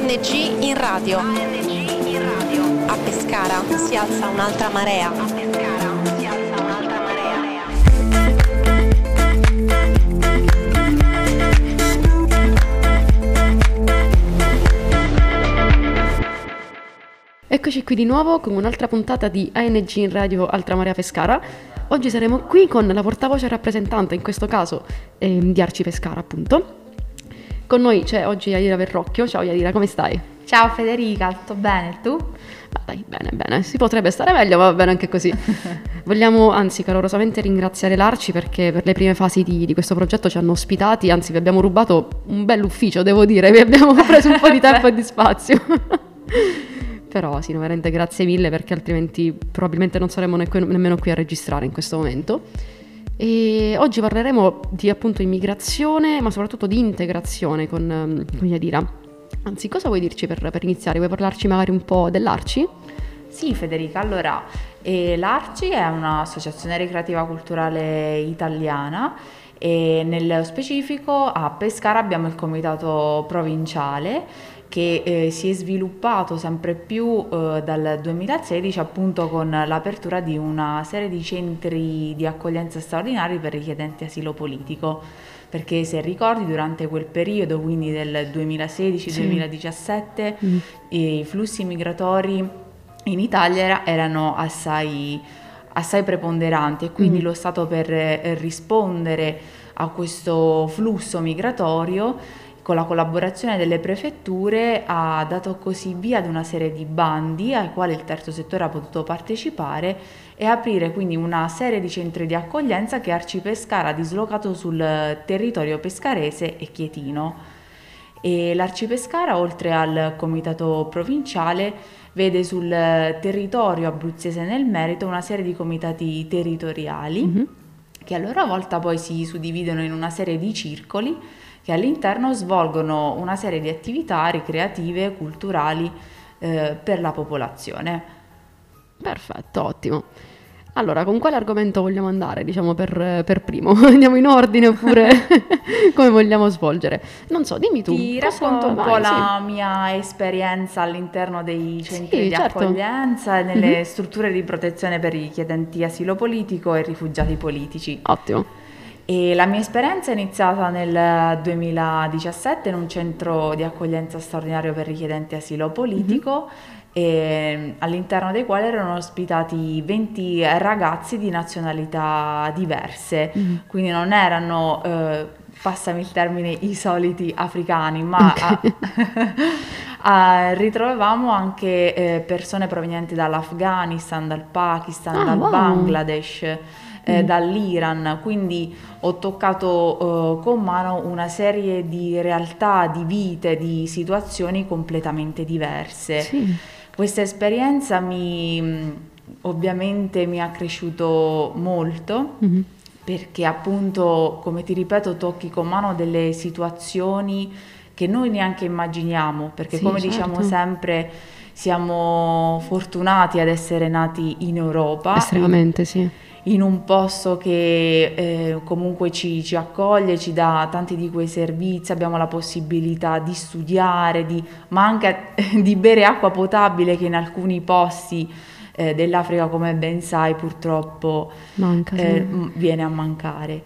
ANG in radio. A Pescara si alza un'altra marea. Eccoci qui di nuovo con un'altra puntata di ANG in radio Altra Marea Pescara. Oggi saremo qui con la portavoce rappresentante, in questo caso di Arci Pescara, appunto. Con noi c'è oggi Yadira Verrocchio. Ciao Yadira, come stai? Ciao Federica, tutto bene? Tu? Ma dai, bene. Si potrebbe stare meglio, ma va bene anche così. Vogliamo, anzi, calorosamente ringraziare l'Arci perché per le prime fasi di questo progetto ci hanno ospitati, anzi vi abbiamo rubato un bell'ufficio, devo dire, vi abbiamo preso un po' di tempo e di spazio. Però sì, veramente grazie mille, perché altrimenti probabilmente non saremmo nemmeno qui a registrare in questo momento. E oggi parleremo di appunto immigrazione, ma soprattutto di integrazione con Yadira. Anzi, cosa vuoi dirci per iniziare? Vuoi parlarci magari un po' dell'Arci? Sì Federica, allora l'Arci è un'associazione ricreativa culturale italiana e nello specifico a Pescara abbiamo il comitato provinciale che si è sviluppato sempre più dal 2016 appunto con l'apertura di una serie di centri di accoglienza straordinari per richiedenti asilo politico, perché se ricordi durante quel periodo, quindi del 2016-2017, i flussi migratori in Italia erano assai preponderanti e quindi lo Stato per rispondere a questo flusso migratorio con la collaborazione delle prefetture ha dato così via ad una serie di bandi ai quali il terzo settore ha potuto partecipare e aprire quindi una serie di centri di accoglienza che Arci Pescara ha dislocato sul territorio pescarese e chietino. E l'Arci Pescara, oltre al comitato provinciale, vede sul territorio abruzzese nel merito una serie di comitati territoriali che a loro volta poi si suddividono in una serie di circoli che all'interno svolgono una serie di attività ricreative, culturali per la popolazione. Perfetto, ottimo. Allora, con quale argomento vogliamo andare, diciamo, per primo? Andiamo in ordine oppure come vogliamo svolgere? Non so, dimmi tu. Ti racconto un po' la mia esperienza all'interno dei centri di accoglienza e nelle strutture di protezione per i richiedenti asilo politico e rifugiati politici. Ottimo. E la mia esperienza è iniziata nel 2017 in un centro di accoglienza straordinario per richiedenti asilo politico e all'interno dei quali erano ospitati 20 ragazzi di nazionalità diverse, quindi non erano, passami il termine, i soliti africani, ma ritrovavamo anche persone provenienti dall'Afghanistan, dal Pakistan, dal Bangladesh, dall'Iran, quindi ho toccato con mano una serie di realtà, di vite, di situazioni completamente diverse. Sì. Questa esperienza ovviamente mi ha cresciuto molto, perché appunto, come ti ripeto, tocchi con mano delle situazioni che noi neanche immaginiamo, perché come diciamo sempre siamo fortunati ad essere nati in Europa. Estremamente, sì. In un posto che comunque ci accoglie, ci dà tanti di quei servizi, abbiamo la possibilità di studiare, ma anche di bere acqua potabile che in alcuni posti dell'Africa, come ben sai, purtroppo viene a mancare.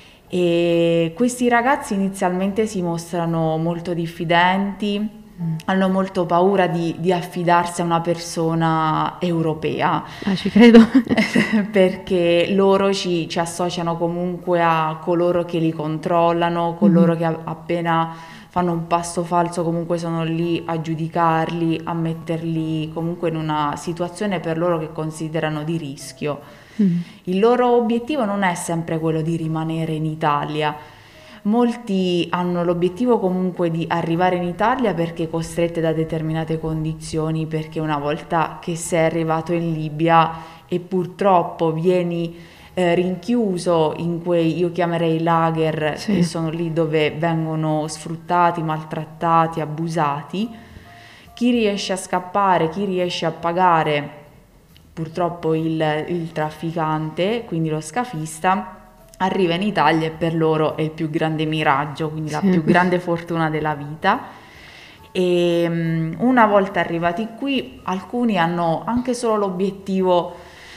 E questi ragazzi inizialmente si mostrano molto diffidenti, hanno molto paura di affidarsi a una persona europea. Ci credo. Perché loro ci associano comunque a coloro che li controllano, coloro che appena fanno un passo falso comunque sono lì a giudicarli, a metterli comunque in una situazione per loro che considerano di rischio. Il loro obiettivo non è sempre quello di rimanere in Italia. Molti hanno l'obiettivo comunque di arrivare in Italia perché costrette da determinate condizioni, perché una volta che sei arrivato in Libia e purtroppo vieni rinchiuso in quei, io chiamerei lager, che sono lì dove vengono sfruttati, maltrattati, abusati, chi riesce a scappare, chi riesce a pagare purtroppo il trafficante, quindi lo scafista, arriva in Italia e per loro è il più grande miraggio, quindi la più grande fortuna della vita. e una volta arrivati qui alcuni hanno anche solo l'obiettivo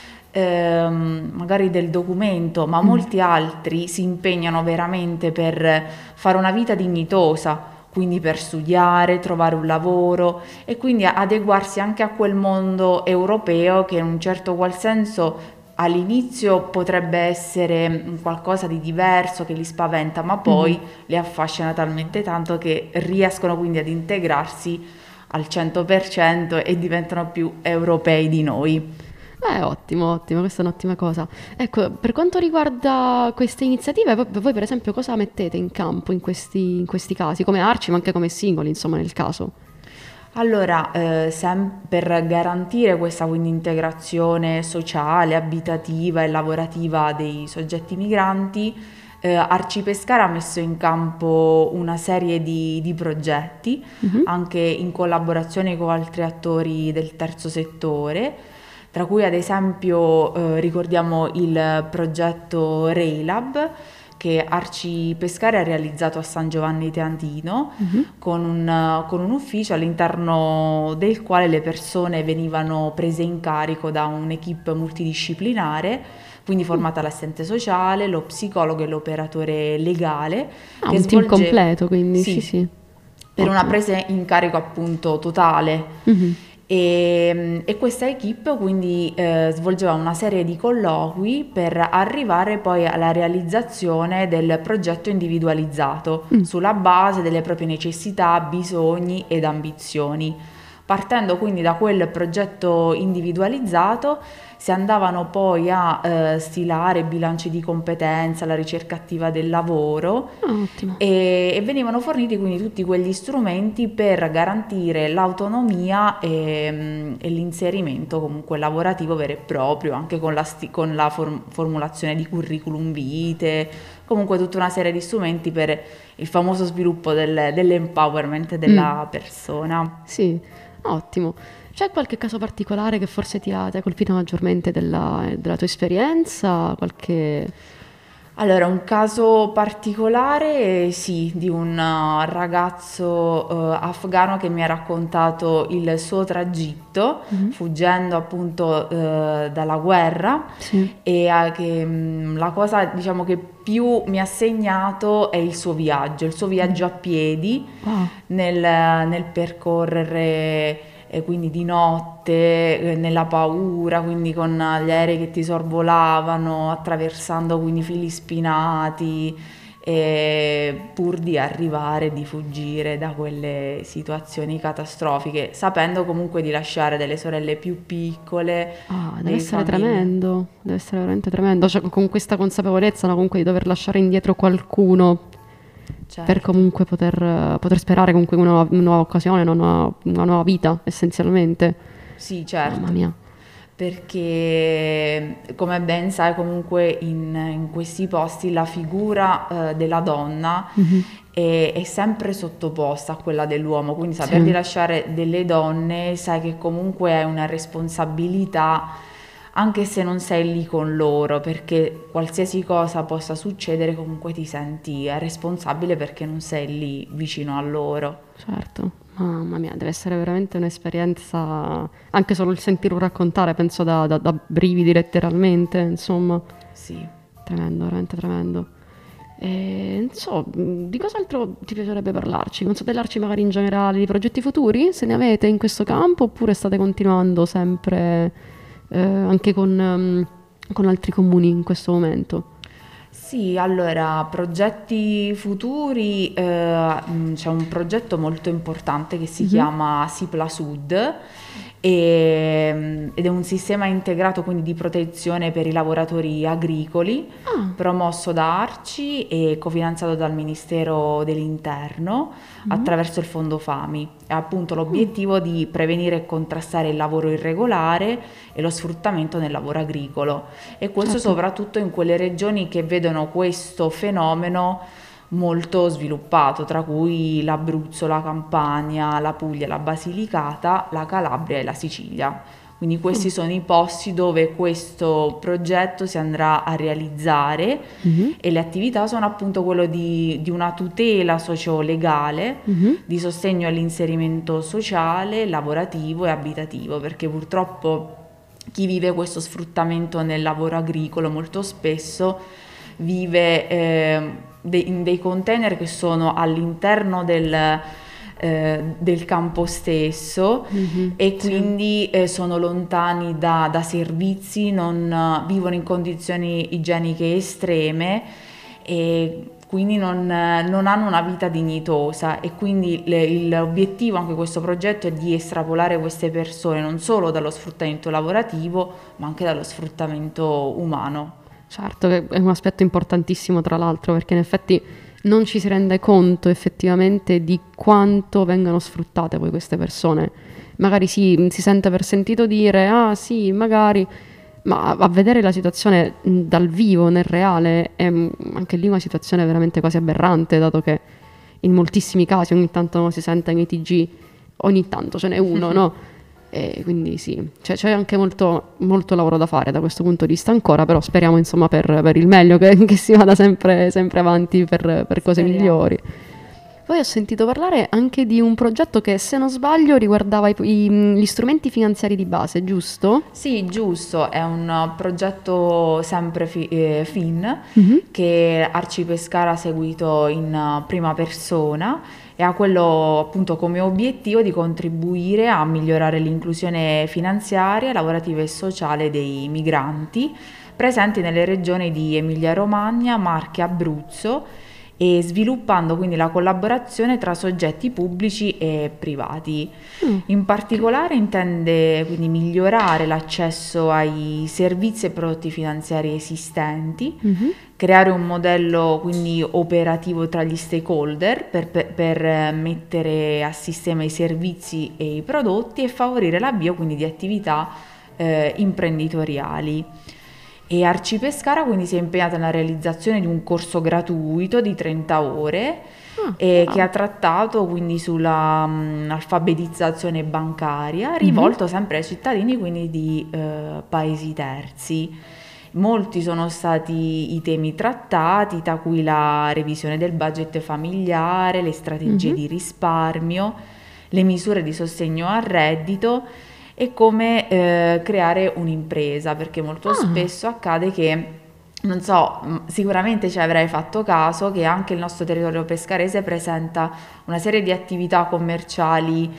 magari del documento, ma molti altri si impegnano veramente per fare una vita dignitosa, quindi per studiare, trovare un lavoro e quindi adeguarsi anche a quel mondo europeo che in un certo qual senso all'inizio potrebbe essere qualcosa di diverso che li spaventa, ma poi li affascina talmente tanto che riescono quindi ad integrarsi al 100% e diventano più europei di noi. Ottimo, ottimo, questa è un'ottima cosa. Ecco, per quanto riguarda queste iniziative, voi per esempio cosa mettete in campo in questi casi, come ARCI, ma anche come singoli, insomma, nel caso? Allora, per garantire questa quindi integrazione sociale, abitativa e lavorativa dei soggetti migranti, Arci Pescara ha messo in campo una serie di progetti, anche in collaborazione con altri attori del terzo settore, tra cui ad esempio ricordiamo il progetto REILAB che Arci Pescara ha realizzato a San Giovanni Teantino con un ufficio all'interno del quale le persone venivano prese in carico da un'equipe multidisciplinare, quindi formata l'assistente sociale, lo psicologo e l'operatore legale. Ah, un team completo, quindi sì. Per una presa in carico appunto totale. E questa equipe quindi svolgeva una serie di colloqui per arrivare poi alla realizzazione del progetto individualizzato sulla base delle proprie necessità, bisogni ed ambizioni. Partendo quindi da quel progetto individualizzato si andavano poi a stilare bilanci di competenza, la ricerca attiva del lavoro e venivano forniti quindi tutti quegli strumenti per garantire l'autonomia e l'inserimento comunque lavorativo vero e proprio, anche con la formulazione di curriculum vitae, comunque tutta una serie di strumenti per il famoso sviluppo dell'empowerment della persona. Sì, ottimo. C'è qualche caso particolare che forse ti ha colpito maggiormente della tua esperienza? Allora, un caso particolare, sì, di un ragazzo afghano che mi ha raccontato il suo tragitto fuggendo appunto dalla guerra e la cosa diciamo che più mi ha segnato è il suo viaggio a piedi nel percorrere quindi di notte, nella paura, quindi con gli aerei che ti sorvolavano, attraversando quindi fili spinati, pur di arrivare, di fuggire da quelle situazioni catastrofiche, sapendo comunque di lasciare delle sorelle più piccole. Deve essere tremendo, deve essere veramente tremendo, cioè, con questa consapevolezza, no, comunque di dover lasciare indietro qualcuno. Certo. Per comunque poter sperare comunque in una nuova occasione, una nuova vita, essenzialmente. Sì, certo. Mamma mia. Perché, come ben sai, comunque in questi posti la figura della donna è sempre sottoposta a quella dell'uomo, quindi saper di lasciare delle donne, sai che comunque è una responsabilità anche se non sei lì con loro, perché qualsiasi cosa possa succedere comunque ti senti responsabile perché non sei lì vicino a loro. Certo, mamma mia, deve essere veramente un'esperienza, anche solo il sentirlo raccontare, penso da brividi letteralmente, insomma. Sì. Tremendo, veramente tremendo. E non so, di cos'altro ti piacerebbe parlarci? Considerarci magari in generale di progetti futuri, se ne avete in questo campo, oppure state continuando sempre anche con altri comuni in questo momento? Sì, allora, progetti futuri, c'è un progetto molto importante che si chiama Sipla Sud ed è un sistema integrato quindi di protezione per i lavoratori agricoli, promosso da Arci e cofinanziato dal Ministero dell'Interno attraverso il Fondo Fami. Ha appunto l'obiettivo di prevenire e contrastare il lavoro irregolare e lo sfruttamento nel lavoro agricolo, e questo soprattutto in quelle regioni che vedono questo fenomeno molto sviluppato, tra cui l'Abruzzo, la Campania, la Puglia, la Basilicata, la Calabria e la Sicilia. Quindi questi sono i posti dove questo progetto si andrà a realizzare e le attività sono appunto quello di una tutela socio-legale, di sostegno all'inserimento sociale, lavorativo e abitativo, perché purtroppo chi vive questo sfruttamento nel lavoro agricolo molto spesso vive in dei container che sono all'interno del campo stesso e quindi sono lontani da servizi, vivono in condizioni igieniche estreme e quindi non hanno una vita dignitosa, e quindi l'obiettivo anche di questo progetto è di estrapolare queste persone non solo dallo sfruttamento lavorativo ma anche dallo sfruttamento umano. Certo, che è un aspetto importantissimo tra l'altro, perché in effetti non ci si rende conto effettivamente di quanto vengano sfruttate poi queste persone. Magari si sente per sentito dire, ah sì, magari, ma a vedere la situazione dal vivo, nel reale, è anche lì una situazione veramente quasi aberrante, dato che in moltissimi casi ogni tanto si sente nei TG, ogni tanto ce n'è uno, no? E quindi sì, c'è anche molto, molto lavoro da fare da questo punto di vista ancora, però speriamo insomma per il meglio, che si vada sempre avanti per cose migliori. Poi ho sentito parlare anche di un progetto che, se non sbaglio, riguardava gli strumenti finanziari di base, giusto? Sì, giusto, è un progetto sempre FIN che Arcipescara ha seguito in prima persona e ha quello appunto come obiettivo di contribuire a migliorare l'inclusione finanziaria, lavorativa e sociale dei migranti presenti nelle regioni di Emilia-Romagna, Marche e Abruzzo, e sviluppando quindi la collaborazione tra soggetti pubblici e privati. In particolare intende quindi migliorare l'accesso ai servizi e prodotti finanziari esistenti, creare un modello quindi operativo tra gli stakeholder per mettere a sistema i servizi e i prodotti e favorire l'avvio quindi di attività imprenditoriali. E Arcipescara quindi si è impegnata nella realizzazione di un corso gratuito di 30 ore che ha trattato quindi sulla alfabetizzazione bancaria, rivolto sempre ai cittadini quindi di paesi terzi. Molti sono stati i temi trattati, tra cui la revisione del budget familiare, le strategie di risparmio, le misure di sostegno al reddito e come creare un'impresa, perché molto spesso accade che, non so, sicuramente ci avrai fatto caso che anche il nostro territorio pescarese presenta una serie di attività commerciali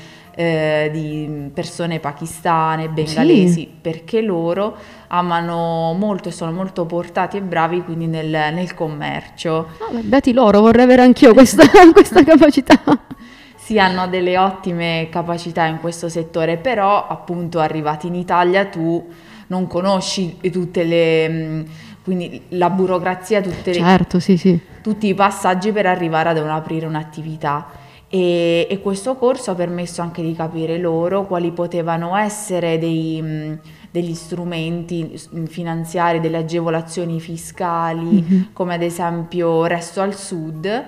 di persone pakistane, bengalesi, perché loro amano molto e sono molto portati e bravi quindi nel commercio. Beati loro, vorrei avere anch'io questa capacità. Sì, hanno delle ottime capacità in questo settore, però appunto arrivati in Italia tu non conosci tutte quindi la burocrazia, certo, sì. tutti i passaggi per arrivare ad aprire un'attività. E questo corso ha permesso anche di capire loro quali potevano essere degli strumenti finanziari, delle agevolazioni fiscali, come ad esempio Resto al Sud.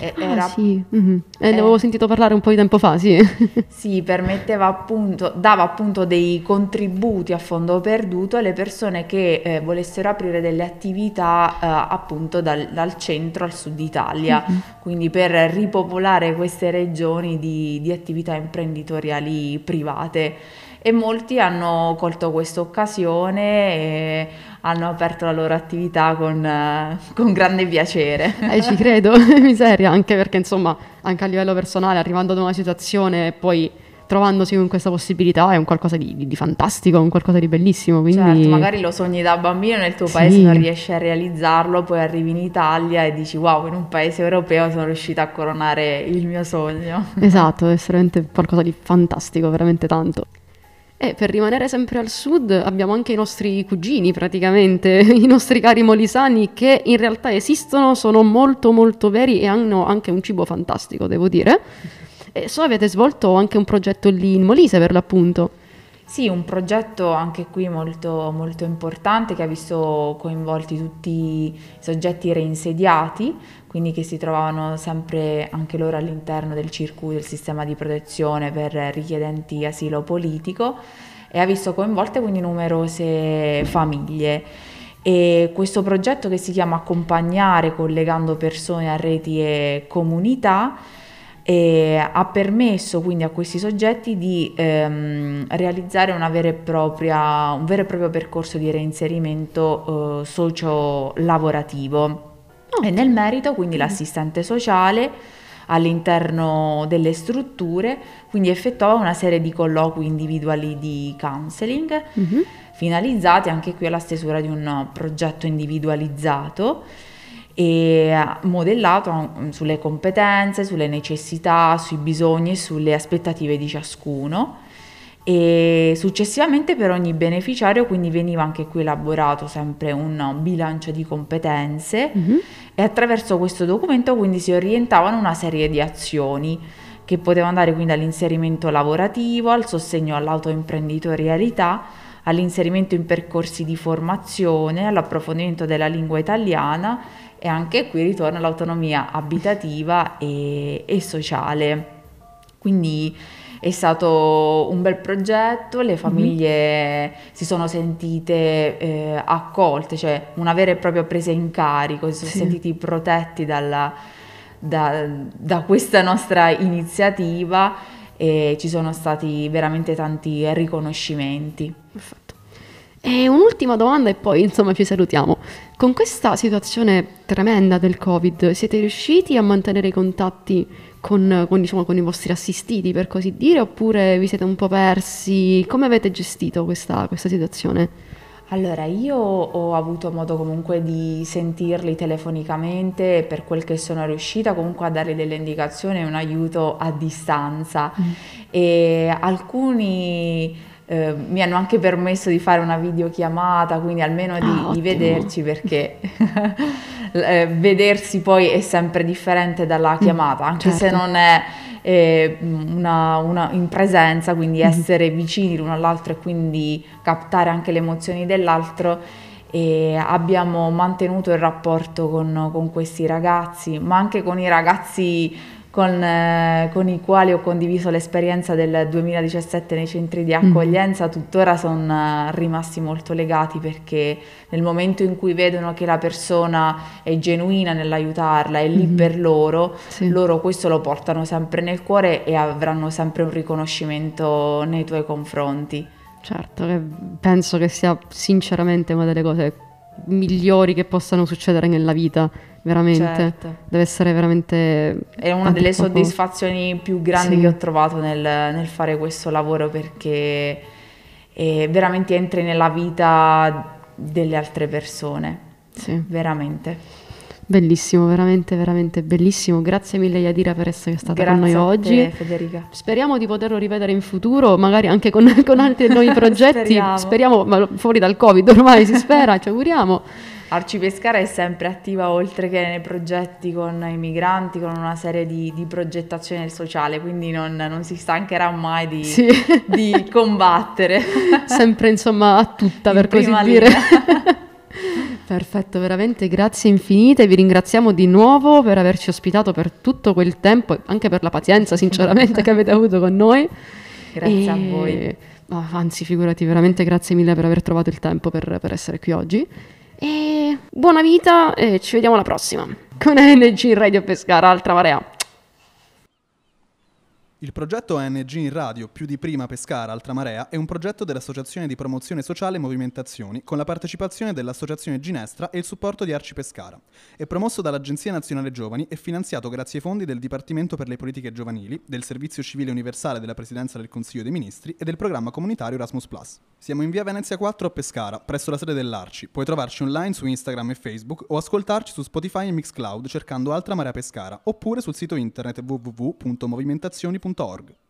Sì, ne avevo sentito parlare un po' di tempo fa, sì. Sì, dava appunto dei contributi a fondo perduto alle persone che volessero aprire delle attività appunto dal centro al sud Italia, quindi per ripopolare queste regioni di attività imprenditoriali private. E molti hanno colto questa occasione e hanno aperto la loro attività con grande piacere. Ci credo, miseria, anche perché insomma anche a livello personale, arrivando ad una situazione e poi trovandosi con questa possibilità, è un qualcosa di fantastico, un qualcosa di bellissimo. Quindi... Certo, magari lo sogni da bambino nel tuo paese, non riesci a realizzarlo, poi arrivi in Italia e dici wow, in un paese europeo sono riuscita a coronare il mio sogno. Esatto, è veramente qualcosa di fantastico, veramente tanto. E per rimanere sempre al sud abbiamo anche i nostri cugini praticamente, i nostri cari molisani, che in realtà esistono, sono molto molto veri e hanno anche un cibo fantastico, devo dire. E so avete svolto anche un progetto lì in Molise per l'appunto. Sì, un progetto anche qui molto, molto importante che ha visto coinvolti tutti i soggetti reinsediati, quindi che si trovavano sempre anche loro all'interno del circuito del sistema di protezione per richiedenti asilo politico, e ha visto coinvolte quindi numerose famiglie. E questo progetto, che si chiama Accompagnare collegando persone a reti e comunità, ha permesso quindi a questi soggetti di realizzare un vero e proprio percorso di reinserimento socio-lavorativo. E nel merito quindi l'assistente sociale all'interno delle strutture quindi effettuava una serie di colloqui individuali di counseling, finalizzati anche qui alla stesura di un progetto individualizzato e modellato sulle competenze, sulle necessità, sui bisogni e sulle aspettative di ciascuno. E successivamente per ogni beneficiario quindi veniva anche qui elaborato sempre un bilancio di competenze, e attraverso questo documento quindi si orientavano una serie di azioni che potevano andare quindi dall'inserimento lavorativo, al sostegno all'autoimprenditorialità, all'inserimento in percorsi di formazione, all'approfondimento della lingua italiana, e anche qui ritorna all'autonomia abitativa e sociale. Quindi è stato un bel progetto, le famiglie si sono sentite accolte, cioè una vera e propria presa in carico, si sono sentiti protetti da questa nostra iniziativa, e ci sono stati veramente tanti riconoscimenti. Perfetto. E un'ultima domanda e poi insomma ci salutiamo. Con questa situazione tremenda del Covid, siete riusciti a mantenere i contatti con i vostri assistiti, per così dire, oppure vi siete un po' persi? Come avete gestito questa situazione? Allora, io ho avuto modo comunque di sentirli telefonicamente, per quel che sono riuscita comunque a dargli delle indicazioni e un aiuto a distanza, e alcuni mi hanno anche permesso di fare una videochiamata, quindi almeno di vederci, perché vedersi poi è sempre differente dalla chiamata, anche se non è una in presenza, quindi essere vicini l'uno all'altro e quindi captare anche le emozioni dell'altro. E abbiamo mantenuto il rapporto con questi ragazzi, ma anche con i ragazzi con i quali ho condiviso l'esperienza del 2017 nei centri di accoglienza. Tuttora sono rimasti molto legati, perché nel momento in cui vedono che la persona è genuina nell'aiutarla, è lì per loro, loro questo lo portano sempre nel cuore e avranno sempre un riconoscimento nei tuoi confronti. Certo, penso che sia sinceramente una delle cose migliori che possano succedere nella vita, veramente. Certo. Deve essere veramente... È una delle soddisfazioni più grandi che ho trovato nel fare questo lavoro, perché veramente entri nella vita delle altre persone. Sì. Veramente. Bellissimo, veramente, veramente bellissimo. Grazie mille Yadira per essere stata con noi oggi. Grazie a te, Federica. Speriamo di poterlo ripetere in futuro, magari anche con altri nuovi progetti. Speriamo, ma fuori dal Covid ormai si spera, ci auguriamo. Arci Pescara è sempre attiva, oltre che nei progetti con i migranti, con una serie di progettazione del sociale, quindi non si stancherà mai di combattere. Sempre insomma a tutta, per così dire. Perfetto, veramente grazie infinite, vi ringraziamo di nuovo per averci ospitato per tutto quel tempo e anche per la pazienza sinceramente che avete avuto con noi. Grazie a voi. Anzi, figurati, veramente grazie mille per aver trovato il tempo per essere qui oggi. E buona vita e ci vediamo alla prossima con ANG Radio Pescara, Altra Marea. Il progetto ANG in Radio, più di prima Pescara, Altra Marea, è un progetto dell'Associazione di Promozione Sociale Movimentazioni, con la partecipazione dell'Associazione Ginestra e il supporto di Arci Pescara. È promosso dall'Agenzia Nazionale Giovani e finanziato grazie ai fondi del Dipartimento per le Politiche Giovanili, del Servizio Civile Universale della Presidenza del Consiglio dei Ministri e del programma comunitario Erasmus+. Siamo in via Venezia 4 a Pescara, presso la sede dell'Arci. Puoi trovarci online su Instagram e Facebook o ascoltarci su Spotify e Mixcloud cercando Altra Marea Pescara, oppure sul sito internet www.movimentazioni.org.